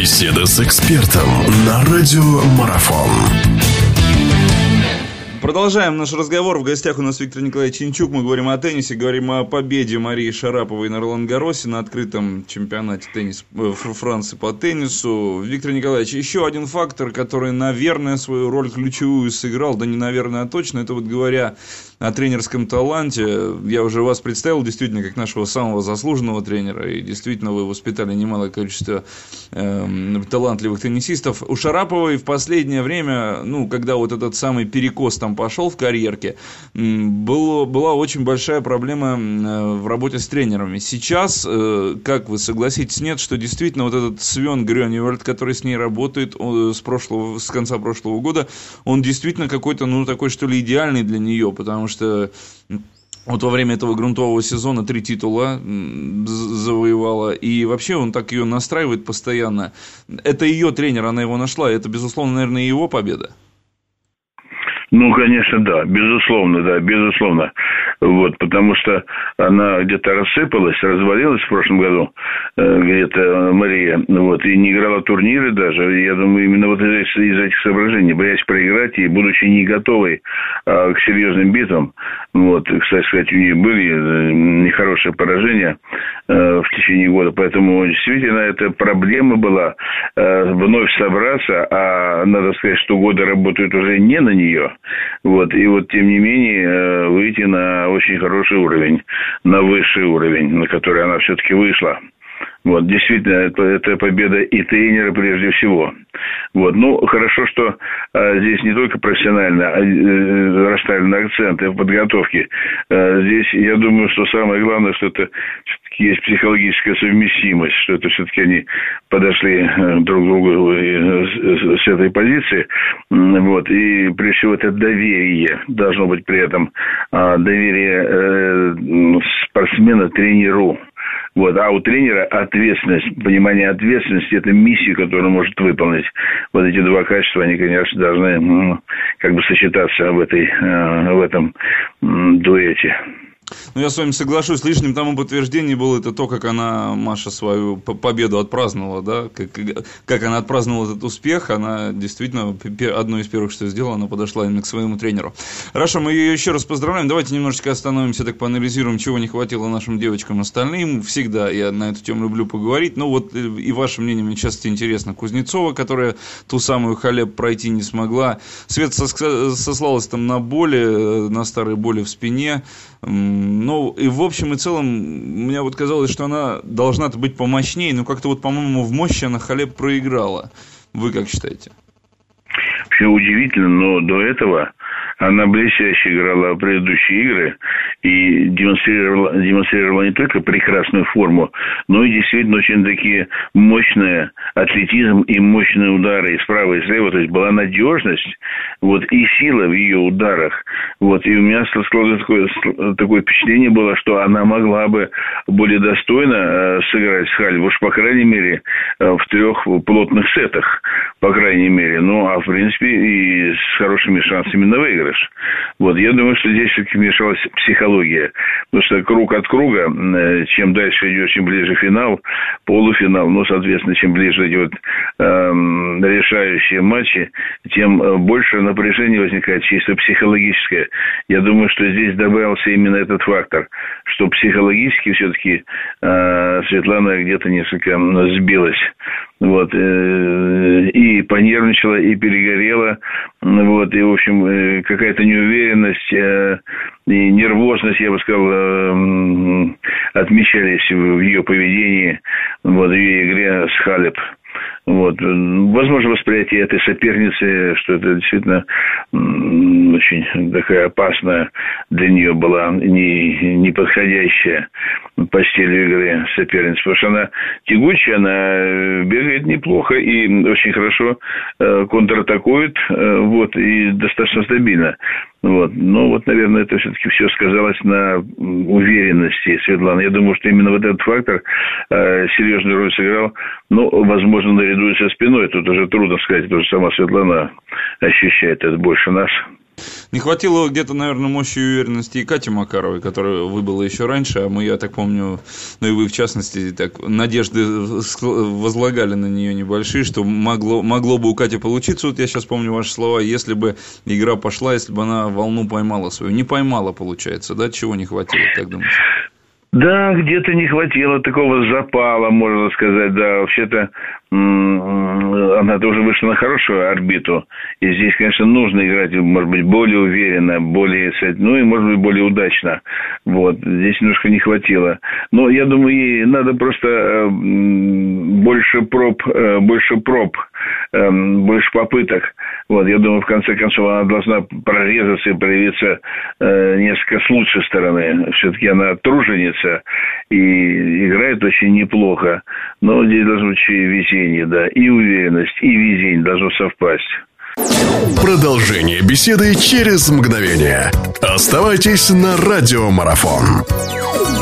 Беседа с экспертом на радио Марафон. Продолжаем наш разговор. В гостях у нас Виктор Николаевич Янчук. Мы говорим о теннисе, говорим о победе Марии Шараповой на Ролан-Гарросе на открытом чемпионате Франции по теннису. Виктор Николаевич, еще один фактор, который, наверное, свою роль ключевую сыграл, да не наверное, а точно, это вот говоря о тренерском таланте. Я уже вас представил действительно как нашего самого заслуженного тренера, и действительно вы воспитали немалое количество талантливых теннисистов. У Шараповой в последнее время, когда вот этот самый перекос там пошел в карьерке, была очень большая проблема в работе с тренерами. Сейчас, как вы согласитесь, нет, что действительно вот этот Свен Грёневальд, который с ней работает с конца прошлого года, он действительно какой-то, такой, что ли, идеальный для нее, потому что вот во время этого грунтового сезона 3 титула завоевала, и вообще он так ее настраивает постоянно. Это ее тренер, она его нашла, это, безусловно, наверное, его победа. Конечно, да, безусловно. Вот, потому что она где-то рассыпалась, развалилась в прошлом году, где-то Мария, и не играла турниры даже. Я думаю, именно вот из этих соображений, боясь проиграть и будучи не готовой к серьезным битвам. Кстати сказать, у нее были нехорошие поражения в течение года, поэтому действительно эта проблема была вновь собраться, а надо сказать, что годы работают уже не на нее. Тем не менее, выйти на очень хороший уровень, на высший уровень, на который она все-таки вышла. Действительно, это победа и тренера прежде всего. Хорошо, что здесь не только профессионально расставлены акценты в подготовке. Здесь, я думаю, что самое главное, что это все-таки есть психологическая совместимость, что это все-таки они подошли друг к другу с этой позиции. И прежде всего это доверие. Должно быть при этом доверие спортсмена тренеру. А у тренера ответственность, понимание ответственности, это миссия, которую он может выполнить. Эти два качества, они, конечно, должны сочетаться в этом дуэте. Я с вами соглашусь, лишним тому подтверждением было это то, как она, Маша, свою победу отпраздновала, да, как она отпраздновала этот успех, она действительно, одно из первых, что сделала, она подошла именно к своему тренеру. Хорошо, мы ее еще раз поздравляем, давайте немножечко остановимся, так поанализируем, чего не хватило нашим девочкам остальным, всегда я на эту тему люблю поговорить, и ваше мнение мне часто интересно. Кузнецова, которая ту самую Халеп пройти не смогла, Свет сослалась там на боли, на старые боли в спине. И в общем и целом, мне казалось, что она должна-то быть помощнее, но как-то по-моему, в мощи она Халеп проиграла. Вы как считаете? Все удивительно, но до этого она блестяще играла в предыдущие игры и демонстрировала не только прекрасную форму, но и действительно очень такие мощные атлетизм и мощные удары и справа, и слева. То есть была надежность и сила в ее ударах. И у меня сложилось такое впечатление было, что она могла бы более достойно сыграть с Халеп, уж по крайней мере в 3 плотных сетах, по крайней мере. В принципе и с хорошими шансами на выигрыш. Я думаю, что здесь все-таки вмешалась психология. Потому что круг от круга, чем дальше идет, чем ближе финал, полуфинал, соответственно, чем ближе идет решающие матчи, тем больше напряжения возникает, чисто психологическое. Я думаю, что здесь добавился именно этот фактор, что психологически все-таки Светлана где-то несколько сбилась. И понервничала, и перегорела, и, в общем, какая-то неуверенность и нервозность, я бы сказал, отмечались в ее поведении, в ее игре с Халеп. Возможно, восприятие этой соперницы, что это действительно очень такая опасная для нее была, неподходящая по стилю игры соперница. Потому что она тягучая, она бегает неплохо и очень хорошо контратакует, и достаточно стабильно. Наверное, это все-таки все сказалось на уверенности Светланы. Я думаю, что именно этот фактор серьезную роль сыграл. Возможно, наряду и со спиной. Тут уже трудно сказать, потому что сама Светлана ощущает это больше нас. Не хватило где-то, наверное, мощи и уверенности и Кати Макаровой, которая выбыла еще раньше, а мы, я так помню, ну и вы в частности, так надежды возлагали на нее небольшие, что могло бы у Кати получиться, вот я сейчас помню ваши слова, если бы игра пошла, если бы она волну поймала свою. Не поймала, получается, да? Чего не хватило, как думаете? Да, где-то не хватило такого запала, можно сказать, да, вообще-то она-то уже вышла на хорошую орбиту, и здесь, конечно, нужно играть, может быть, более уверенно, более, ну и, может быть, более удачно, вот, здесь немножко не хватило, но я думаю, ей надо просто больше проб, больше попыток, вот, я думаю, в конце концов, она должна прорезаться и проявиться несколько с лучшей стороны, все-таки она труженица и играет очень неплохо, но здесь должно быть и везение, да, и уверенность, и везение должно совпасть. Продолжение беседы через мгновение. Оставайтесь на Радиомарафон.